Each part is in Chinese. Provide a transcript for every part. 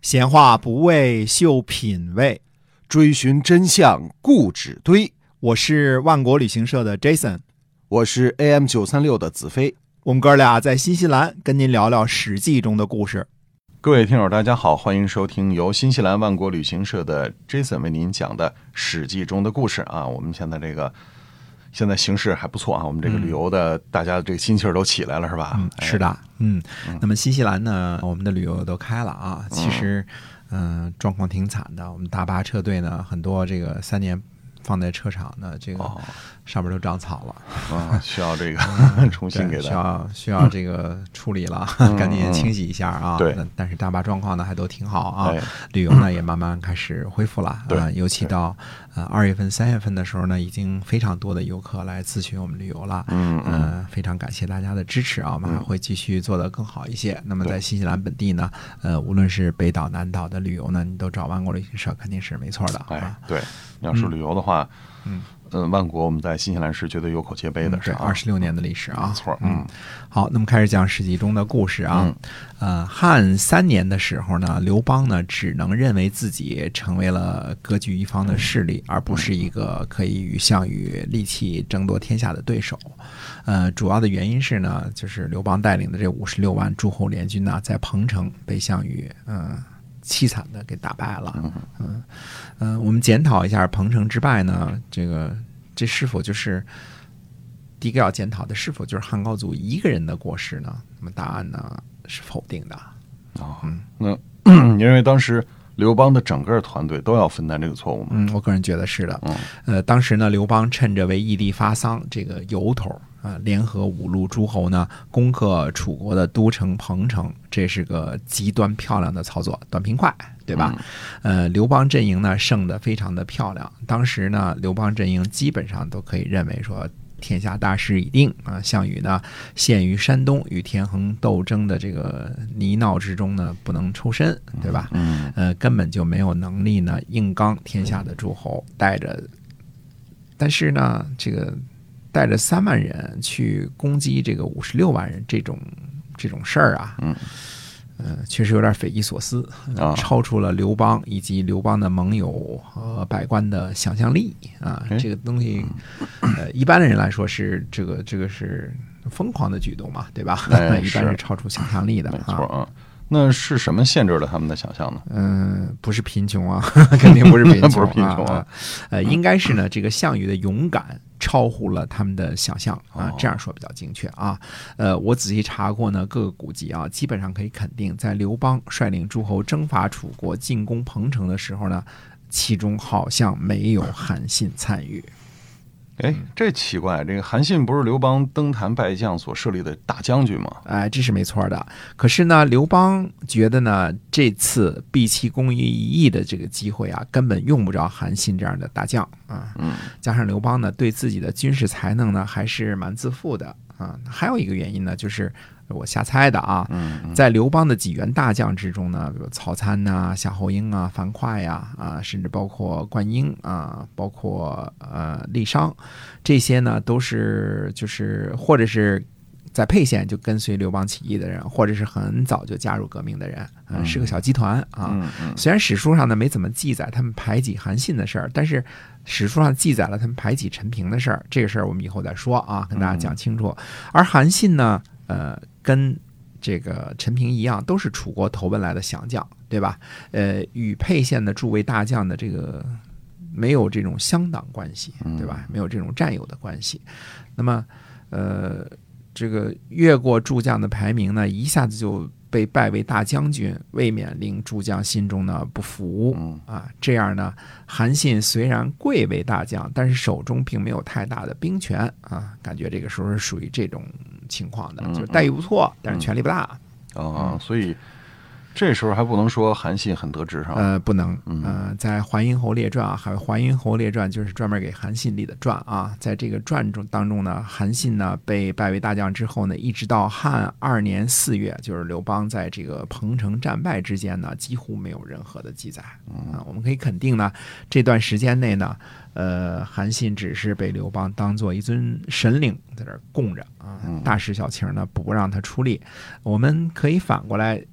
闲话不为秀品味， 追寻真相固执堆。 我是万国旅行社的 Jason， 我是 AM936 的子飞。 我们哥俩在新西兰跟您聊聊《史记》中的故事。 各位听友大家好，欢迎收听由新西兰万国旅行社的 Jason 为您讲的《史记》中的故事啊。我们现在形势还不错啊，我们这个旅游的大家这个心气儿都起来了是吧？ 是的，那么新西兰呢，我们的旅游都开了啊，其实状况挺惨的。我们大巴车队呢，很多这个3年放在车场呢，这个上面都长草了啊，需要这个重新给它需要这个处理了，赶紧清洗一下啊。 对， 但是大巴状况呢还都挺好啊，旅游呢也慢慢开始恢复了。 对， 尤其到2月份、3月份的时候呢，已经非常多的游客来咨询我们旅游了。非常感谢大家的支持啊，我们还会继续做得更好一些。那么在新西兰本地呢，无论是北岛、南岛的旅游呢，你都找万国旅行社肯定是没错的啊。 对，要是旅游的话，万国我们在新西兰是绝对有口皆碑的，是 26年的历史啊， 没错。 好，那么开始讲史记中的故事啊。汉3年的时候呢，刘邦呢只能认为自己成为了割据一方的势力，而不是一个可以与项羽力气争夺天下的对手。主要的原因是呢，就是刘邦带领的这56万诸侯联军呢，在彭城被项羽凄惨的给打败了。我们检讨一下彭城之败呢，这是否就是第一个要检讨的，是否就是汉高祖一个人的过失呢？那么答案呢是否定的。 那你认为当时刘邦的整个团队都要分担这个错误吗？ 我个人觉得是的。当时呢，刘邦趁着为义帝发丧这个由头联合5路诸侯呢，攻克楚国的都城彭城，这是个极端漂亮的操作，短平快，对吧？刘邦阵营呢胜得非常的漂亮。当时呢，刘邦阵营基本上都可以认为说，天下大势已定啊！项羽呢，陷于山东与田横斗争的这个泥淖之中呢，不能抽身，对吧？根本就没有能力呢硬刚天下的诸侯，但是呢，这个带着3万人去攻击这个56万人，这种事儿啊，确实有点匪夷所思，超出了刘邦以及刘邦的盟友和百官的想象力啊！这个东西，一般的人来说是这个是疯狂的举动嘛，对吧？一般是超出想象力的， 没错啊。那是什么限制了他们的想象呢？ 不是贫穷啊，肯定不是贫穷， 不是贫穷啊。 应该是呢，这个项羽的勇敢超乎了他们的想象啊，这样说比较精确啊。我仔细查过呢，各个古籍啊，基本上可以肯定，在刘邦率领诸侯征伐楚国、进攻彭城的时候呢，其中好像没有韩信参与。 这奇怪，这个韩信不是刘邦登坛拜将所设立的大将军吗？ 这是没错的。可是呢，刘邦觉得呢，这次毕其功于一役的这个机会啊，根本用不着韩信这样的大将啊。加上刘邦呢，对自己的军事才能呢，还是蛮自负的啊。还有一个原因呢，就是我瞎猜的啊。在刘邦的几员大将之中呢，比如曹参啊、夏侯婴啊、樊哙呀甚至包括灌婴啊，包括郦商，这些呢都是就是或者是在沛县就跟随刘邦起义的人，或者是很早就加入革命的人，是个小集团啊。虽然史书上呢没怎么记载他们排挤韩信的事儿，但是史书上记载了他们排挤陈平的事儿。这个事儿我们以后再说啊，跟大家讲清楚。而韩信呢，跟这个陈平一样，都是楚国投奔来的降将，对吧？与沛县的诸位大将的这个没有这种乡党关系，对吧？没有这种战友的关系。那么，这个越过诸将的排名呢，一下子就被拜为大将军，未免令诸将心中呢不服啊。这样呢，韩信虽然贵为大将，但是手中并没有太大的兵权啊，感觉这个时候是属于这种情况的，就是待遇不错，但是权力不大所以这时候还不能说韩信很得志上， 不能。在《淮阴侯列传》啊，还有《淮阴侯列传》就是专门给韩信立的传啊。在这个传中当中呢，韩信呢被拜为大将之后呢，一直到汉2年4月，就是刘邦在这个彭城战败之间呢，几乎没有任何的记载。我们可以肯定呢，这段时间内呢，韩信只是被刘邦当做一尊神灵在这供着啊，大事小情呢不让他出力。我们可以反过来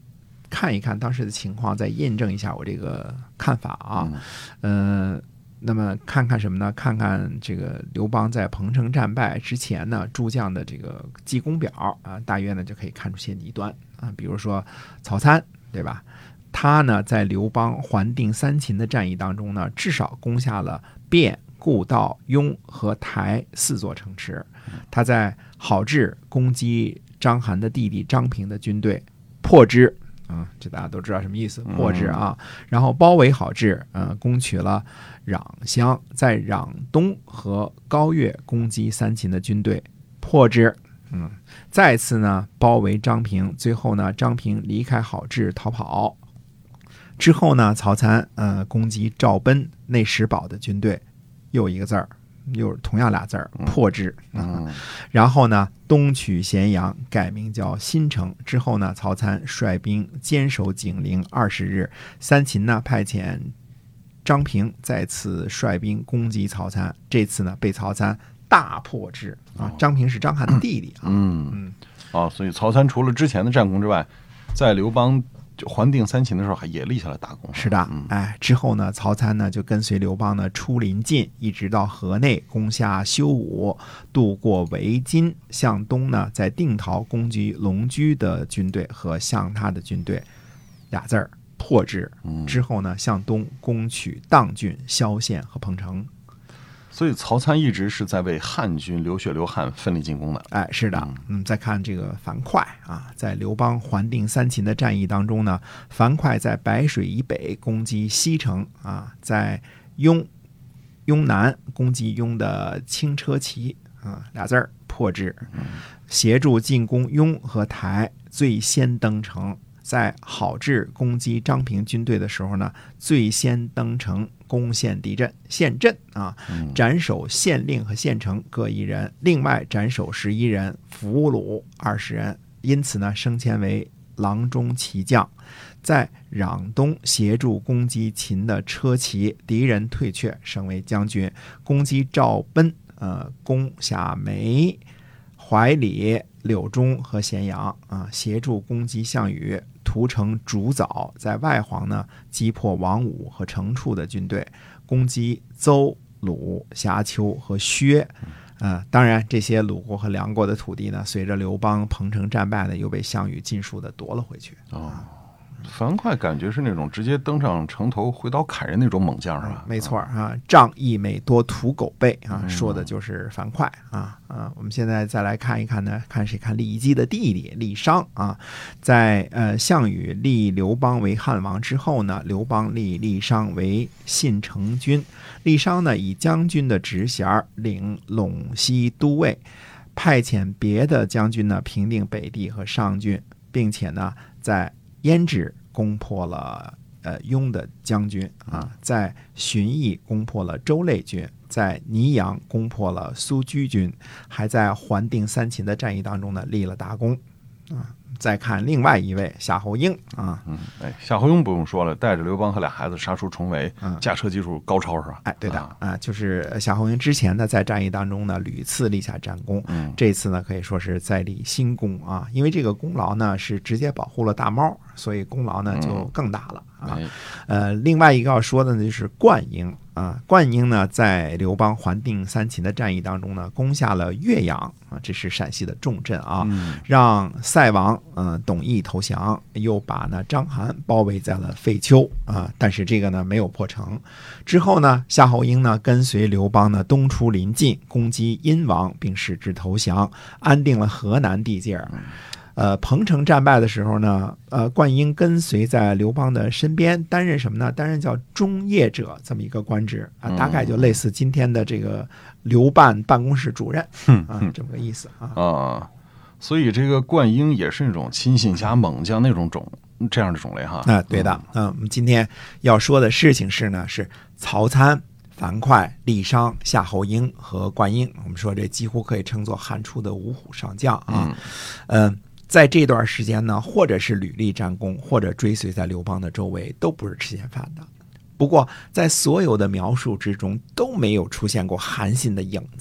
看一看当时的情况，再印证一下我这个看法啊。那么看看什么呢？看看这个刘邦在彭城战败之前呢，诸将的这个记功表啊，大约呢就可以看出些倪端啊。比如说曹参，对吧？他呢在刘邦还定三秦的战役当中呢，至少攻下了汴、固、道、雍和台4座城池。他在郝志攻击章邯的弟弟章平的军队，破之。这大家都知道什么意思，破之啊。然后包围郝志，攻取了壤乡，在壤东和高岳攻击三秦的军队，破之。再次呢包围章平，最后呢章平离开郝志逃跑。之后呢，曹参攻击赵奔、内史宝的军队，又一个字儿。又同样俩字儿，破之。然后呢，东取咸阳，改名叫新城。之后呢，曹参率兵坚守景陵20日。三秦呢派遣张平再次率兵攻击曹参，这次呢被曹参大破之啊。张平是章邯的弟弟啊。 所以曹参除了之前的战功之外，在刘邦还定三秦的时候也立下了大功。 是的，之后呢，曹参呢就跟随刘邦呢出临晋，一直到河内，攻下修武，渡过围津，向东呢在定陶攻击龙驹的军队和向他的军队，俩字儿破之。之后呢向东攻取砀郡、萧县和彭城。 所以曹参一直是在为汉军流血流汗奋力进攻的。 是的。再看这个樊哙啊，在刘邦还定三秦的战役当中呢，樊哙在白水以北攻击西城啊，在雍南攻击雍的轻车骑俩字儿破之。协助进攻雍和台，最先登城。在郝志攻击章平军队的时候呢，最先登城攻陷敌阵，陷阵啊，斩首县令和县丞各1人，另外斩首11人，俘虏20人，因此呢升迁为郎中骑将。在壤东协助攻击秦的车骑，敌人退却，升为将军。攻击赵奔，攻下梅、怀里、柳中和咸阳啊，协助攻击项羽，屠城主枣，在外黄呢击破王武和程处的军队，攻击邹、鲁、瑕丘和薛。当然这些鲁国和梁国的土地呢，随着刘邦彭城战败呢，又被项羽尽数的夺了回去。 樊哙感觉是那种直接登上城头挥刀砍人那种猛将是吧？ 没错啊，仗义每多屠狗辈啊，说的就是樊哙啊。我们现在再来看一看呢，看谁？看骊姬的弟弟郦商啊。在项羽立刘邦为汉王之后呢，刘邦立郦商为信成君。郦商呢以将军的职衔领陇西都尉，派遣别的将军呢平定北地和上郡，并且呢在胭脂攻破了雍的将军啊，在旬邑攻破了周类军，在泥阳攻破了苏居军，还在还定三秦的战役当中呢立了大功啊。再看另外一位夏侯婴啊， 夏侯婴不用说了，带着刘邦和俩孩子杀出重围，驾车技术高超是吧？ 对的就是夏侯婴之前呢在战役当中呢屡次立下战功，这次呢可以说是再立新功啊，因为这个功劳呢是直接保护了大猫，所以功劳呢就更大了另外一个要说的呢就是灌婴啊。灌婴呢在刘邦还定三秦的战役当中呢，攻下了岳阳啊，这是陕西的重镇啊，让塞王董翳投降，又把呢章邯包围在了废丘啊，但是这个呢没有破城。之后呢，夏侯婴呢跟随刘邦呢东出临晋，攻击殷王，并使之投降，安定了河南地界。彭城战败的时候呢，灌婴跟随在刘邦的身边，担任什么呢？担任叫中业者这么一个官职啊，大概就类似今天的这个刘办办公室主任这么个意思啊。 所以这个灌婴也是那种亲信加猛将那种这样的种类哈。 对的。我们今天要说的事情是呢，是曹参、樊哙、郦商、夏侯婴和灌婴。我们说这几乎可以称作汉初的五虎上将啊。在这段时间呢，或者是屡立战功，或者追随在刘邦的周围，都不是吃闲饭的。不过在所有的描述之中都没有出现过韩信的影子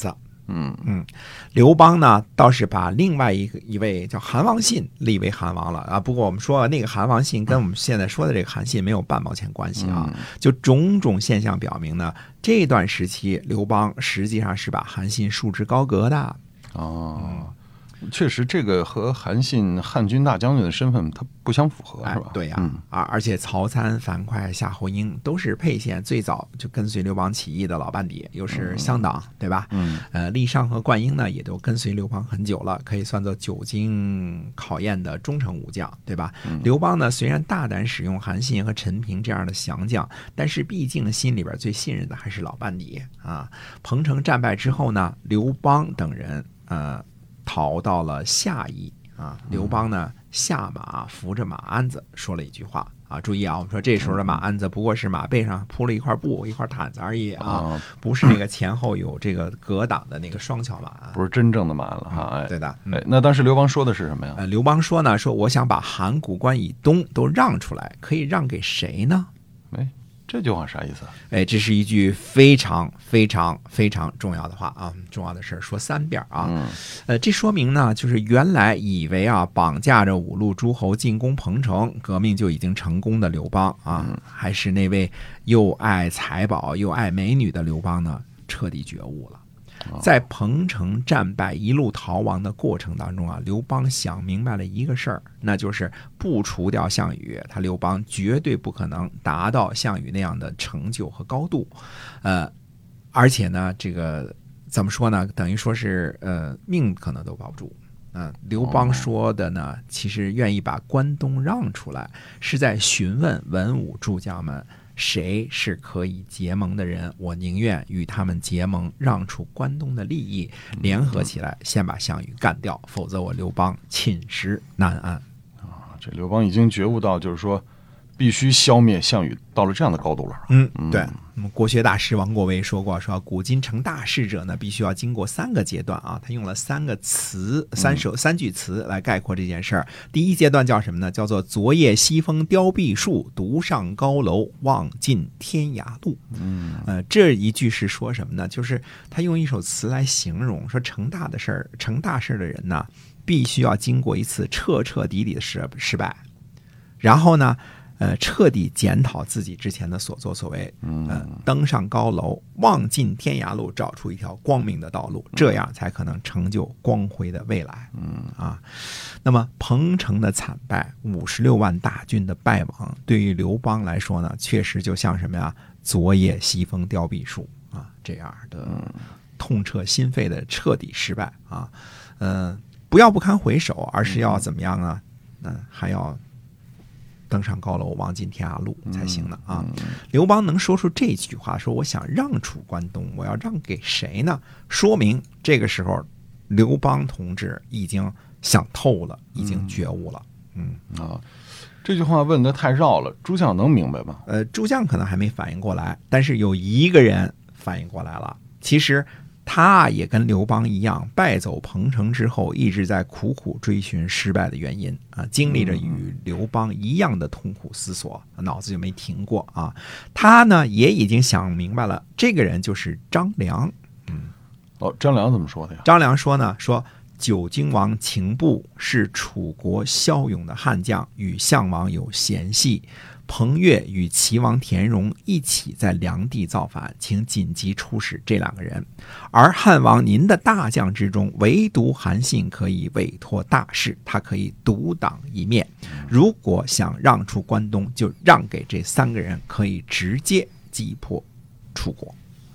刘邦呢倒是把另外一位叫韩王信立为韩王了啊。不过我们说那个韩王信跟我们现在说的这个韩信没有半毛钱关系啊。就种种现象表明呢，这段时期刘邦实际上是把韩信束之高阁的。 确实，这个和韩信汉军大将军的身份他不相符合，是吧？ 对呀，而且曹参、樊哙、夏侯婴都是沛县最早就跟随刘邦起义的老班底，又是乡党，对吧？郦尚和灌婴呢，也都跟随刘邦很久了，可以算作久经考验的忠诚武将，对吧？刘邦呢，虽然大胆使用韩信和陈平这样的降将，但是毕竟心里边最信任的还是老班底啊。彭城战败之后呢，刘邦等人逃到了下邑啊。刘邦呢下马扶着马鞍子说了一句话啊，注意啊，我们说这时候的马鞍子不过是马背上铺了一块布一块毯子而已啊，不是那个前后有这个隔挡的那个双桥马， 不是真正的马了哈。 对的。 那当时刘邦说的是什么呀？ 刘邦说呢，说我想把函谷关以东都让出来，可以让给谁呢？ 这句话啥意思？ 这是一句非常非常非常重要的话啊！重要的事说3遍啊！这说明呢，就是原来以为绑架着5路诸侯进攻彭城，革命就已经成功的刘邦啊，还是那位又爱财宝又爱美女的刘邦呢，彻底觉悟了。在彭城战败一路逃亡的过程当中刘邦想明白了一个事儿，那就是不除掉项羽，他刘邦绝对不可能达到项羽那样的成就和高度。而且呢，这个怎么说呢？等于说是命可能都保不住。刘邦说的呢，其实愿意把关东让出来，是在询问文武诸将们，谁是可以结盟的人，我宁愿与他们结盟，让出关东的利益，联合起来先把项羽干掉，否则我刘邦寝食难安。 这刘邦已经觉悟到，就是说必须消灭项羽，到了这样的高度了。 对。国学大师王国维说过，说古今成大事者呢，必须要经过3个阶段啊。他用了3个词、3句词来概括这件事儿。第一阶段叫什么呢？叫做昨夜西风凋碧树，独上高楼，望尽天涯路。这一句是说什么呢？就是他用一首词来形容，说成大事的人呢，必须要经过一次彻彻底底的失败，然后呢彻底检讨自己之前的所作所为，登上高楼，望尽天涯路，找出一条光明的道路，这样才可能成就光辉的未来。那么彭城的惨败，56万大军的败亡，对于刘邦来说呢，确实就像什么呀？昨夜西风凋碧树啊，这样的痛彻心扉的彻底失败啊。不要不堪回首，而是要怎么样啊？还要登上高楼，望尽天涯路才行呢啊！刘邦能说出这句话，说我想让出关东，我要让给谁呢？说明这个时候刘邦同志已经想透了，已经觉悟了。 这句话问得太绕了，诸将能明白吗？ 诸将可能还没反应过来，但是有一个人反应过来了。其实他也跟刘邦一样，败走彭城之后，一直在苦苦追寻失败的原因啊，经历着与刘邦一样的痛苦思索，脑子就没停过啊。他呢也已经想明白了，这个人就是张良。 张良怎么说的呀？ 张良说呢，说九京王秦布是楚国骁勇的悍将，与项王有嫌隙。彭越与齐王田荣一起在梁地造反，请紧急出使这2个人。而汉王您的大将之中，唯独韩信可以委托大事，他可以独当一面。如果想让出关东，就让给这3个人，可以直接击破楚国。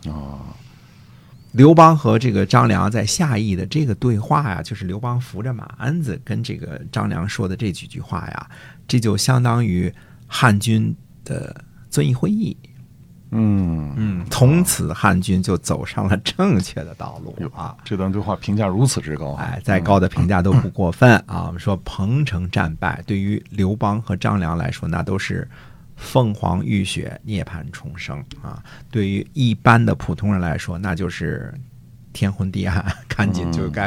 刘邦和这个张良在下邑的这个对话呀，就是刘邦扶着马鞍子跟这个张良说的这几句话呀，这就相当于汉军的遵义会议。从此汉军就走上了正确的道路啊！ 这段对话评价如此之高， 再高的评价都不过分啊！我们说彭城战败对于刘邦和张良来说，那都是凤凰浴血，涅槃重生啊！对于一般的普通人来说，那就是天昏地暗，赶紧就该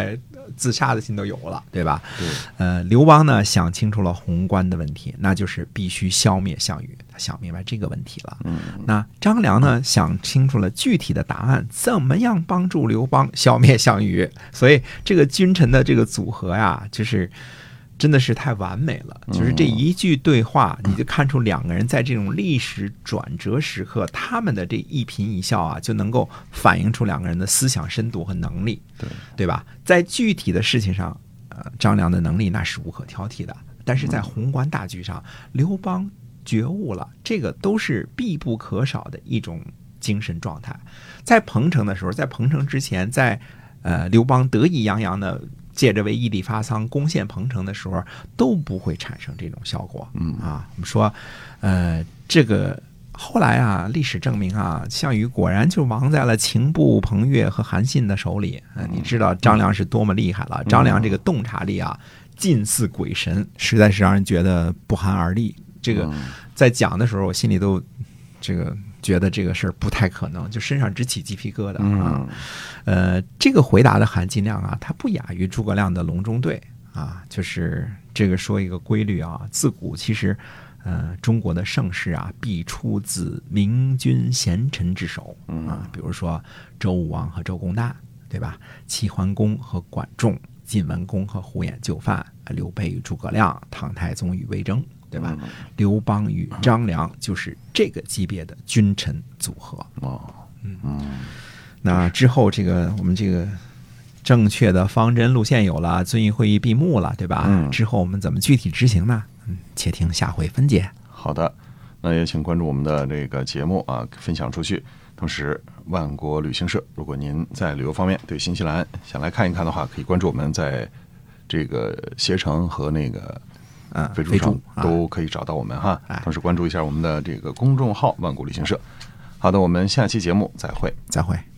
自杀的心都有了，对吧？ 对。 刘邦呢想清楚了宏观的问题，那就是必须消灭项羽，他想明白这个问题了。那张良呢想清楚了具体的答案，怎么样帮助刘邦消灭项羽？所以这个君臣的这个组合呀，就是真的是太完美了。就是这一句对话，你就看出两个人在这种历史转折时刻，他们的这一颦一笑啊，就能够反映出两个人的思想深度和能力，对吧？在具体的事情上，张良的能力那是无可挑剔的，但是在宏观大局上，刘邦觉悟了，这个都是必不可少的一种精神状态。在彭城的时候，在彭城之前，在刘邦得意洋洋的借着为义帝发丧攻陷彭城的时候，都不会产生这种效果。我们说，这个后来啊，历史证明啊，项羽果然就亡在了秦布、彭越和韩信的手里。你知道张良是多么厉害了？张良这个洞察力啊，近似鬼神，实在是让人觉得不寒而栗。这个在讲的时候，我心里都这个觉得这个事儿不太可能，就身上直起鸡皮疙瘩啊。这个回答的含金量啊，它不亚于诸葛亮的隆中对啊。就是这个说一个规律啊，自古其实中国的盛世啊，必出自明君贤臣之手啊。比如说周武王和周公旦，对吧？齐桓公和管仲，晋文公和呼延就范，刘备与诸葛亮，唐太宗与魏征，对吧？刘邦与张良就是这个级别的君臣组合。那之后这个我们这个正确的方针路线有了，遵义会议闭幕了，对吧？之后我们怎么具体执行呢？且听下回分解。 好的，那也请关注我们的这个节目啊，分享出去。同时，万国旅行社，如果您在旅游方面对新西兰想来看一看的话，可以关注我们在这个携程和那个飞猪上都可以找到我们哈。同时关注一下我们的这个公众号万国旅行社。好的，我们下期节目再会。